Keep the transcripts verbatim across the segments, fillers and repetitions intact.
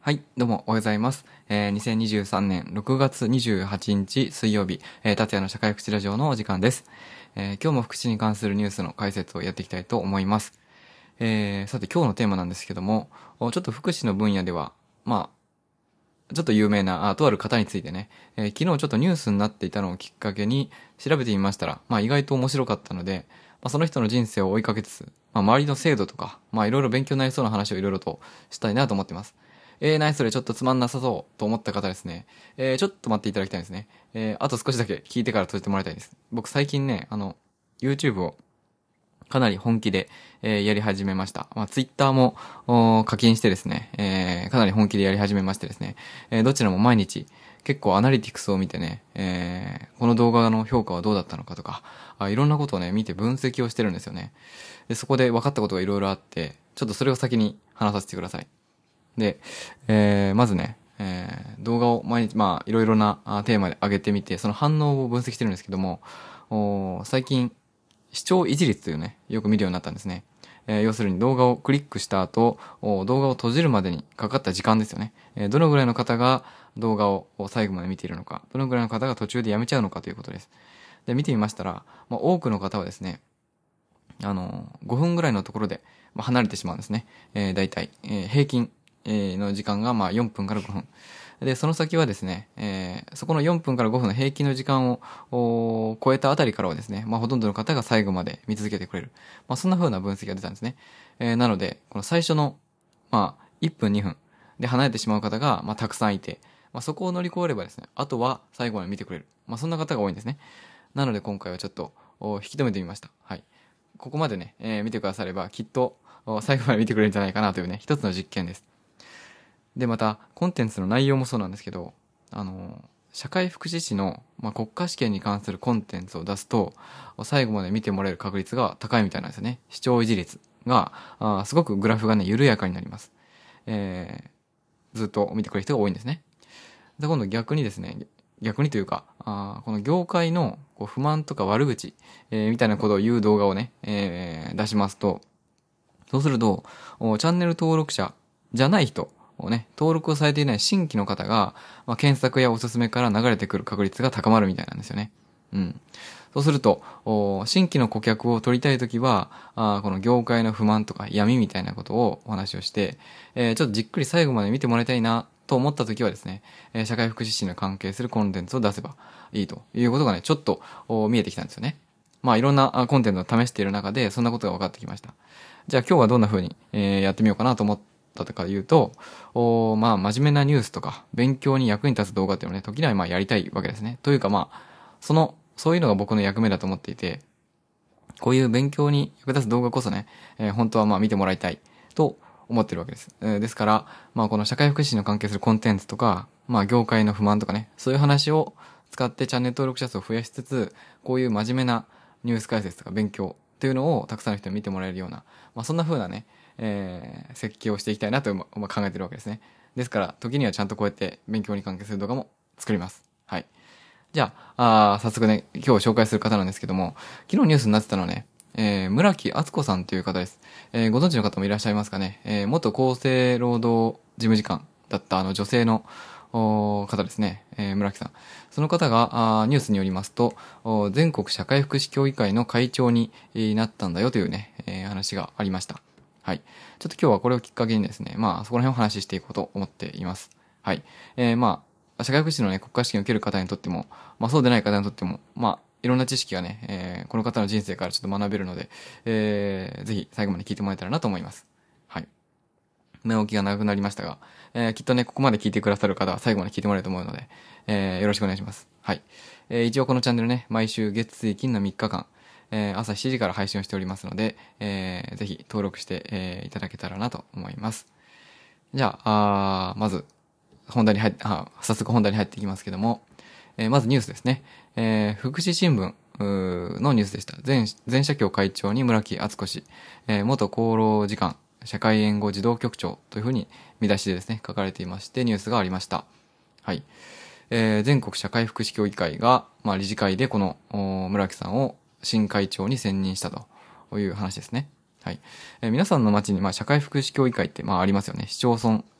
はい、どうもおはようございます。えー、にせんにじゅうさんねんろくがつにじゅうはちにち水曜日、えー、達也の社会福祉ラジオのお時間です。えー、今日も福祉に関するニュースの解説をやっていきたいと思います。えー、さて今日のテーマなんですけども、ちょっと福祉の分野では、まあ、ちょっと有名な、あ、とある方についてね、えー、昨日ちょっとニュースになっていたのをきっかけに調べてみましたら、まあ意外と面白かったので、まあ、その人の人生を追いかけつつ、まあ、周りの制度とか、まあいろいろ勉強になりそうな話をいろいろとしたいなと思っています。えー、何それちょっとつまんなさそうと思った方ですね。えー、ちょっと待っていただきたいんですね。えー、あと少しだけ聞いてから閉じてもらいたいです。僕最近ね、あの、YouTube をかなり本気で、えー、やり始めました。まあ、Twitter も課金してですね、えー、かなり本気でやり始めましてですね、えー、どちらも毎日結構アナリティクスを見てね、えー、この動画の評価はどうだったのかとか、あいろんなことをね、見て分析をしてるんですよね。で、そこで分かったことがいろいろあって、ちょっとそれを先に話させてください。で、えー、まずね、えー、動画を毎日、まあ、いろいろなテーマで上げてみて、その反応を分析してるんですけども、お最近、視聴維持率というね、よく見るようになったんですね。えー、要するに動画をクリックした後、動画を閉じるまでにかかった時間ですよね。えー、どのぐらいの方が動画を最後まで見ているのか、どのぐらいの方が途中でやめちゃうのかということです。で、見てみましたら、まあ、多くの方はですね、あの、ごふんぐらいのところで、まあ、離れてしまうんですね。えー、大体、えー、平均、えー、の時間がまあよんぷんからごふん。で、その先はですね、えー、そこのよんぷんからごふんの平均の時間を超えたあたりからはですね、まあほとんどの方が最後まで見続けてくれる。まあそんな風な分析が出たんですね。えー、なので、この最初の、まあいっぷんにふんで離れてしまう方が、まあたくさんいて、まあそこを乗り越えればですね、あとは最後まで見てくれる。まあそんな方が多いんですね。なので今回はちょっと引き止めてみました。はい。ここまでね、えー、見てくださればきっと最後まで見てくれるんじゃないかなというね、一つの実験です。で、また、コンテンツの内容もそうなんですけど、あの、社会福祉士の、まあ、国家試験に関するコンテンツを出すと、最後まで見てもらえる確率が高いみたいなんですよね。視聴維持率が、あすごくグラフがね、緩やかになります。えー、ずっと見てくれる人が多いんですね。で、今度逆にですね、逆にというか、あこの業界のこう不満とか悪口、えー、みたいなことを言う動画をね、えー、出しますと、そうすると、チャンネル登録者じゃない人をね、登録をされていない新規の方が、まあ、検索やおすすめから流れてくる確率が高まるみたいなんですよね。うん。そうすると、新規の顧客を取りたいときは、あこの業界の不満とか闇みたいなことをお話をして、えー、ちょっとじっくり最後まで見てもらいたいなと思ったときはですね、えー、社会福祉士に関係するコンテンツを出せばいいということがね、ちょっと見えてきたんですよね。まあいろんなコンテンツを試している中で、そんなことが分かってきました。じゃあ今日はどんな風に、えー、やってみようかなと思ったとか言うと、おまあ真面目なニュースとか勉強に役に立つ動画っていうのをね、時にはまあやりたいわけですね。というかまあ、その、そういうのが僕の役目だと思っていて、こういう勉強に役立つ動画こそね、えー、本当はまあ見てもらいたいと思ってるわけです。えー、ですから、まあこの社会福祉士の関係するコンテンツとか、まあ業界の不満とかね、そういう話を使ってチャンネル登録者数を増やしつつ、こういう真面目なニュース解説とか勉強っていうのをたくさんの人に見てもらえるような、まあそんな風なね、えー、設計をしていきたいなと、まあ、考えてるわけですね。ですから、時にはちゃんとこうやって勉強に関係する動画も作ります。はい。じゃあ、あ早速ね、今日紹介する方なんですけども、昨日ニュースになってたのはね、えー、村木敦子さんという方です。えー、ご存知の方もいらっしゃいますかね。えー、元厚生労働事務次官だったあの女性の方ですね。えー、村木さん。その方があニュースによりますと、全国社会福祉協議会の会長になったんだよというね、えー、話がありました。はい。ちょっと今日はこれをきっかけにですね、まあ、そこら辺を話していこうと思っています。はい。えー、まあ、社会福祉のね、国家試験を受ける方にとっても、まあそうでない方にとっても、まあ、いろんな知識がね、えー、この方の人生からちょっと学べるので、えー、ぜひ最後まで聞いてもらえたらなと思います。はい。目置きが長くなりましたが、えー、きっとね、ここまで聞いてくださる方は最後まで聞いてもらえると思うので、えー、よろしくお願いします。はい。えー、一応このチャンネルね、毎週月水金のみっかかん、えー、朝しちじから配信をしておりますので、えー、ぜひ登録して、えー、いただけたらなと思います。じゃあ、あまず、本題に入って、あ、早速本題に入っていきますけども、えー、まずニュースですね。えー、福祉新聞のニュースでした。前、前社協会長に村木敦子氏、えー、元厚労次官、社会援護児童局長というふうに見出しでですね、書かれていまして、ニュースがありました。はい。えー、全国社会福祉協議会が、まあ、理事会でこの、村木さんを新会長に選任したという話ですね。はい。えー、皆さんの町に、まあ、社会福祉協議会って、まあ、ありますよね。市町村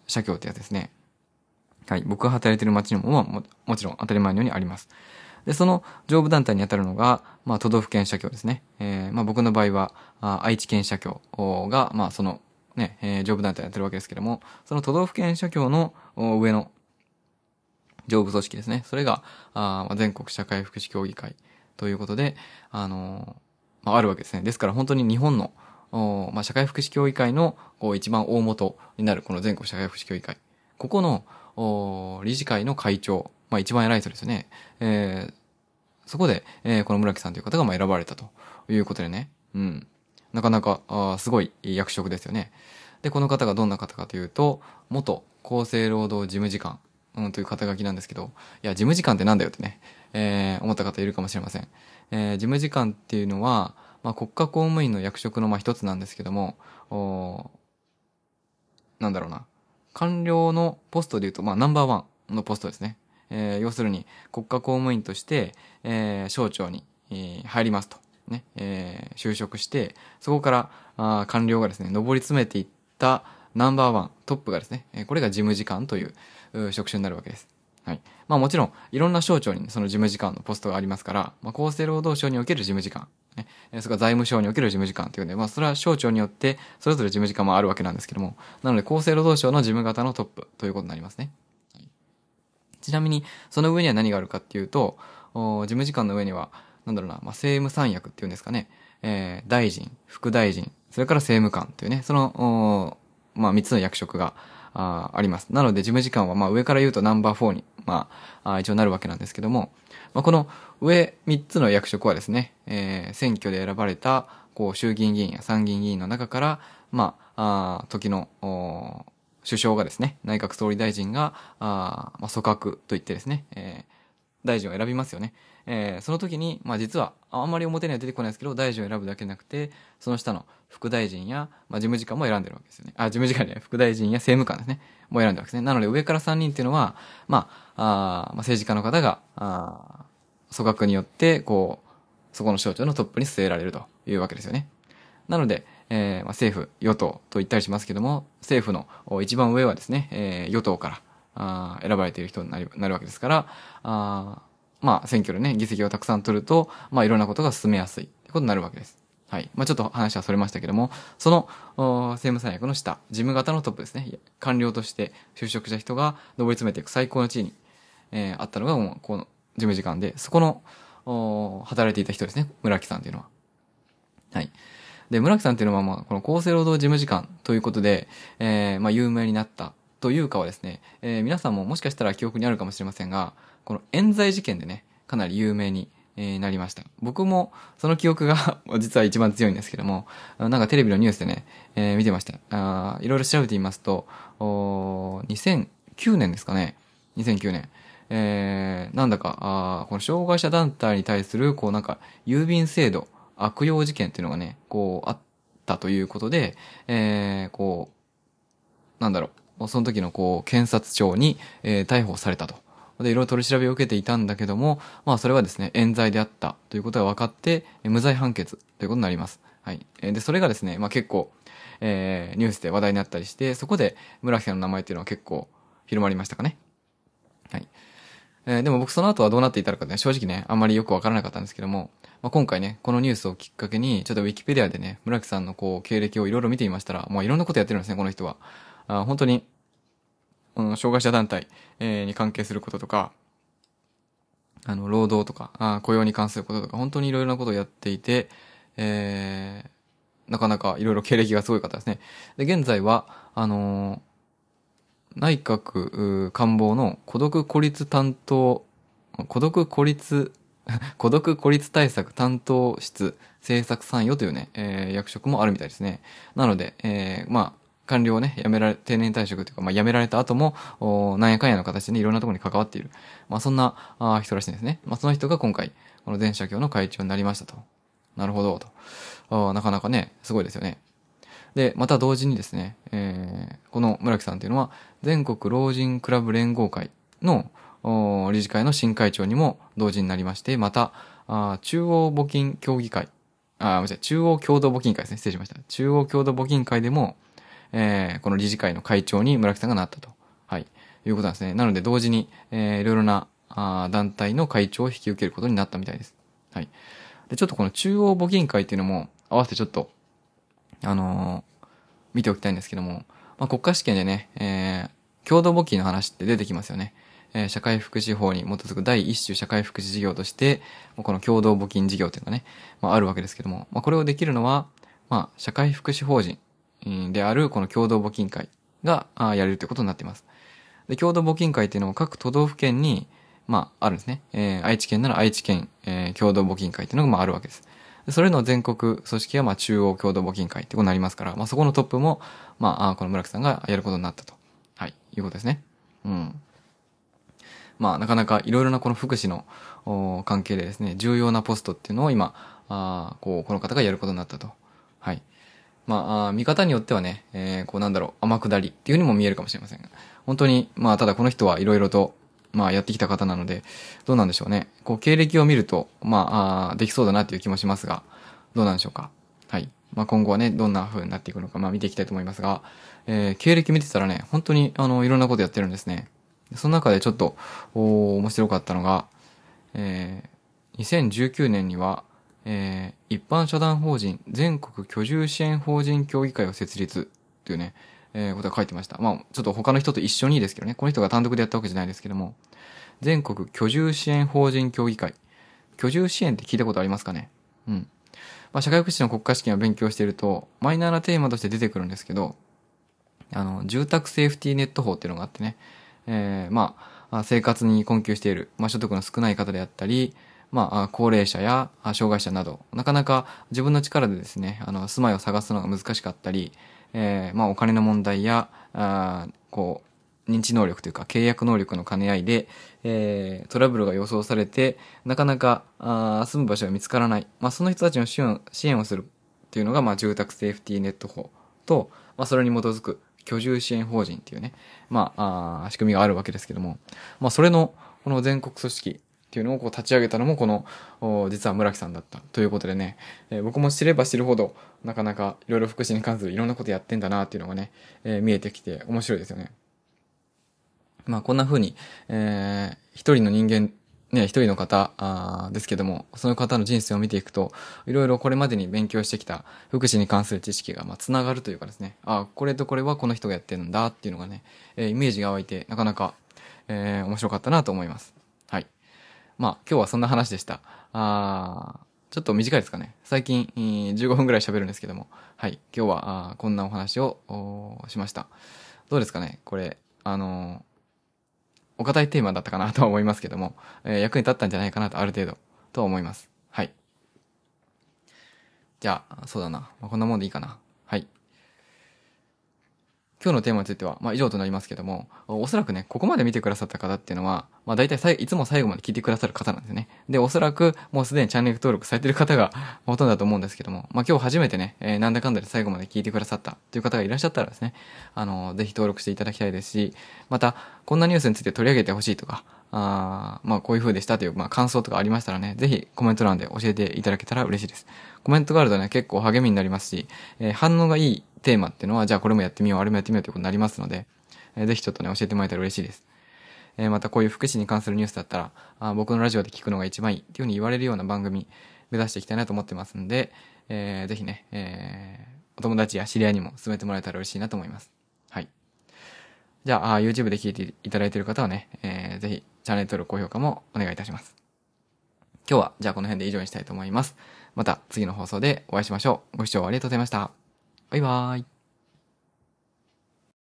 社協ってやつですね。はい。僕が働いている町にも、まあ、も、もちろん当たり前のようにあります。で、その上部団体に当たるのが、まあ、都道府県社協ですね。えー、まあ、僕の場合は、あ愛知県社協が、まあ、その、ね、えー、上部団体に当たるわけですけども、その都道府県社協の上の上部組織ですね。それが、あまあ全国社会福祉協議会ということで、あのー、まあ、あるわけですね。ですから本当に日本の、まあ、社会福祉協議会のこう一番大元になるこの全国社会福祉協議会。ここの理事会の会長、まあ一番偉い人ですよね。えー、そこで、えー、この村木さんという方がまあ選ばれたということでね。うん。なかなか、あすごい役職ですよね。で、この方がどんな方かというと、元厚生労働事務次官、うん、という肩書きなんですけど、いや、事務次官ってなんだよってね、えー、思った方いるかもしれません。えー、事務次官っていうのは、まあ、国家公務員の役職のまあ一つなんですけども、おなんだろうな。官僚のポストで言うと、まあ、ナンバーワンのポストですね。えー、要するに、国家公務員として、えー、省庁に、えー、入りますと。ね、えー、就職して、そこから、あ官僚がですね、上り詰めていったナンバーワン、トップがですね、えー、これが事務次官という、う職種になるわけです。はい。まあもちろん、いろんな省庁にその事務次官のポストがありますから、まあ厚生労働省における事務次官、ね、それから財務省における事務次官というので、まあそれは省庁によって、それぞれ事務次官もあるわけなんですけども、なので厚生労働省の事務方のトップということになりますね。はい、ちなみに、その上には何があるかっていうと、事務次官の上には、なんだろうな、まあ政務三役っていうんですかね、えー、大臣、副大臣、それから政務官っていうね、その、まあ三つの役職が、ああります。なので事務次官はまあ上から言うとナンバーフォーに、まあ、あ一応なるわけなんですけども、まあ、この上みっつの役職はですね、えー、選挙で選ばれたこう衆議院議員や参議院議員の中から、まあ、あ時の首相がですね、内閣総理大臣が、あまあ、組閣といってですね、えー大臣を選びますよね。えー、その時に、まあ実は、あんまり表には出てこないですけど、大臣を選ぶだけじゃなくて、その下の副大臣や、まあ事務次官も選んでるわけですよね。あ、事務次官じゃない、副大臣や政務官ですね。も選んでるわけですね。なので上からさんにんっていうのは、まあ、あまあ政治家の方が、あ組閣によって、こう、そこの省庁のトップに据えられるというわけですよね。なので、えーまあ、政府、与党と言ったりしますけども、政府の一番上はですね、えー、与党から、あ選ばれている人になりなるわけですから、あまあ選挙でね、議席をたくさん取ると、まあいろんなことが進めやすいってことになるわけです。はい。まあちょっと話はそれましたけども、その政務三役の下、事務方のトップですね、官僚として就職した人が上り詰めていく最高の地位に、えー、あったのが、この事務次官で、そこの働いていた人ですね、村木さんっていうのは。はい。で、村木さんっていうのは、まあ、この厚生労働事務次官ということで、えー、まあ有名になったというかはですね、えー、皆さんももしかしたら記憶にあるかもしれませんが、この冤罪事件でね、かなり有名に、えー、なりました。僕もその記憶が実は一番強いんですけども、なんかテレビのニュースでね、えー、見てました。あいろいろ調べてみますと、にせんきゅうねんですかね。にせんきゅうねん。えー、なんだか、あこの障害者団体に対する、こうなんか、郵便制度、悪用事件っていうのがね、こう、あったということで、えー、こう、なんだろう、その時のこう、検察庁に、えー、逮捕されたと。で、いろいろ取り調べを受けていたんだけども、まあ、それはですね、冤罪であったということが分かって、無罪判決ということになります。はい。で、それがですね、まあ結構、えー、ニュースで話題になったりして、そこで村木さんの名前っていうのは結構広まりましたかね。はい。えー、でも僕その後はどうなっていたのかね、正直ね、あんまりよくわからなかったんですけども、まあ、今回ね、このニュースをきっかけに、ちょっとウィキペディアでね、村木さんのこう、経歴をいろいろ見てみましたら、もういろんなことやってるんですね、この人は。あ本当に、うん、障害者団体、えー、に関係することとか、あの、労働とか、あ雇用に関することとか、本当にいろいろなことをやっていて、えー、なかなかいろいろ経歴がすごい方ですね。で、現在は、あのー、内閣官房の孤独孤立担当、孤独孤立、孤独孤立対策担当室政策参与というね、えー、役職もあるみたいですね。なので、えー、まあ、官僚をね、辞められ、定年退職というか、まあ、辞められた後も、なんやかんやの形で、ね、いろんなところに関わっている。まあ、そんなあ人らしいんですね。まあ、その人が今回、この全社協の会長になりましたと。なるほど、と。あなかなかね、すごいですよね。で、また同時にですね、えー、この村木さんというのは、全国老人クラブ連合会の理事会の新会長にも同時になりまして、また、あ中央募金協議会、あ、間違え、中央共同募金会ですね。失礼しました。中央共同募金会でも、 えー、この理事会の会長に村木さんがなったと。はい。いうことなんですね。なので同時に、えー、いろいろなあ団体の会長を引き受けることになったみたいです。はい。で、ちょっとこの中央募金会っていうのも合わせてちょっと、あのー、見ておきたいんですけども、まあ、国家試験でね、えー、共同募金の話って出てきますよね。えー、社会福祉法に基づく第一種社会福祉事業として、この共同募金事業っていうのがね、まあ、あるわけですけども、まあ、これをできるのは、まあ、社会福祉法人であるこの共同募金会がやれるということになっています。で、共同募金会っていうのも各都道府県に、まあ、あるんですね。えー、愛知県なら愛知県、えー、共同募金会っていうのがまああるわけです。でそれの全国組織はまあ中央共同募金会ってことになりますから、まあそこのトップも、まあ、この村木さんがやることになったと。はい、いうことですね。うん。まあ、なかなかいろいろなこの福祉の関係でですね、重要なポストっていうのを今、あこう、この方がやることになったと。はい。まあ、見方によってはね、えー、こうなんだろう、天下りっていうふうにも見えるかもしれませんが。本当に、まあ、ただこの人はいろいろと、まあ、やってきた方なので、どうなんでしょうね。こう、経歴を見ると、まあ、あできそうだなっていう気もしますが、どうなんでしょうか。はい。まあ、今後はね、どんな風になっていくのか、まあ、見ていきたいと思いますが、えー、経歴見てたらね、本当に、あの、いろんなことやってるんですね。その中でちょっと、お面白かったのが、えー、にせんじゅうきゅうねんには、えー、一般社団法人全国居住支援法人協議会を設立というね、えー、ことが書いてました。まあ、ちょっと他の人と一緒にですけどね、この人が単独でやったわけじゃないですけども、全国居住支援法人協議会。居住支援って聞いたことありますかね？うん。まあ、社会福祉の国家試験を勉強していると、マイナーなテーマとして出てくるんですけど、あの、住宅セーフティーネット法っていうのがあってね、えー、まあ、生活に困窮している、まあ、所得の少ない方であったり、まあ、高齢者や障害者など、なかなか自分の力でですね、あの、住まいを探すのが難しかったり、えー、まあ、お金の問題や、あこう、認知能力というか契約能力の兼ね合いで、えー、トラブルが予想されて、なかなかあ住む場所が見つからない。まあ、その人たちの支援支援をするっていうのが、まあ、住宅セーフティーネット法と、まあ、それに基づく居住支援法人っていうね、まあ、あ仕組みがあるわけですけども、まあ、それの、この全国組織っていうのをこう立ち上げたのもこの、実は村木さんだったということでね、えー、僕も知れば知るほど、なかなかいろいろ福祉に関するいろんなことやってんだなっていうのがね、えー、見えてきて面白いですよね。まあこんな風に、えー、一人の人間、ね、一人の方あですけども、その方の人生を見ていくと、いろいろこれまでに勉強してきた福祉に関する知識が、まあ、つながるというかですね、あ、これとこれはこの人がやってるんだっていうのがね、えー、イメージが湧いて、なかなか、えー、面白かったなと思います。はい。まあ今日はそんな話でした。あちょっと短いですかね。最近、じゅうごふんぐらい喋るんですけども、はい。今日はあこんなお話をしました。どうですかねこれ、あのーお堅いテーマだったかなとは思いますけども、えー、役に立ったんじゃないかなと、ある程度、とは思います。はい。じゃあ、そうだな。まあ、こんなもんでいいかな。はい。今日のテーマについては、まあ以上となりますけども、おそらくね、ここまで見てくださった方っていうのは、まあ大体さい、いつも最後まで聞いてくださる方なんですね。で、おそらくもうすでにチャンネル登録されてる方がほとんどだと思うんですけども、まあ今日初めてね、えー、なんだかんだで最後まで聞いてくださったという方がいらっしゃったらですね、あの、ぜひ登録していただきたいですし、また、こんなニュースについて取り上げてほしいとか、あまあこういう風でしたという、まあ感想とかありましたらね、ぜひコメント欄で教えていただけたら嬉しいです。コメントがあるとね、結構励みになりますし、えー、反応がいいテーマっていうのは、じゃあこれもやってみよう、あれもやってみようということになりますので、えー、ぜひちょっとね、教えてもらえたら嬉しいです。えー、またこういう福祉に関するニュースだったら、あ僕のラジオで聞くのが一番いいっていう風に言われるような番組、目指していきたいなと思ってますんで、えー、ぜひね、えー、お友達や知り合いにも勧めてもらえたら嬉しいなと思います。はい。じゃあ、あ YouTube で聞いていただいている方はね、えー、ぜひ、チャンネル登録、高評価もお願いいたします。今日は、じゃあこの辺で以上にしたいと思います。また次の放送でお会いしましょう。ご視聴ありがとうございました。バイバーイ。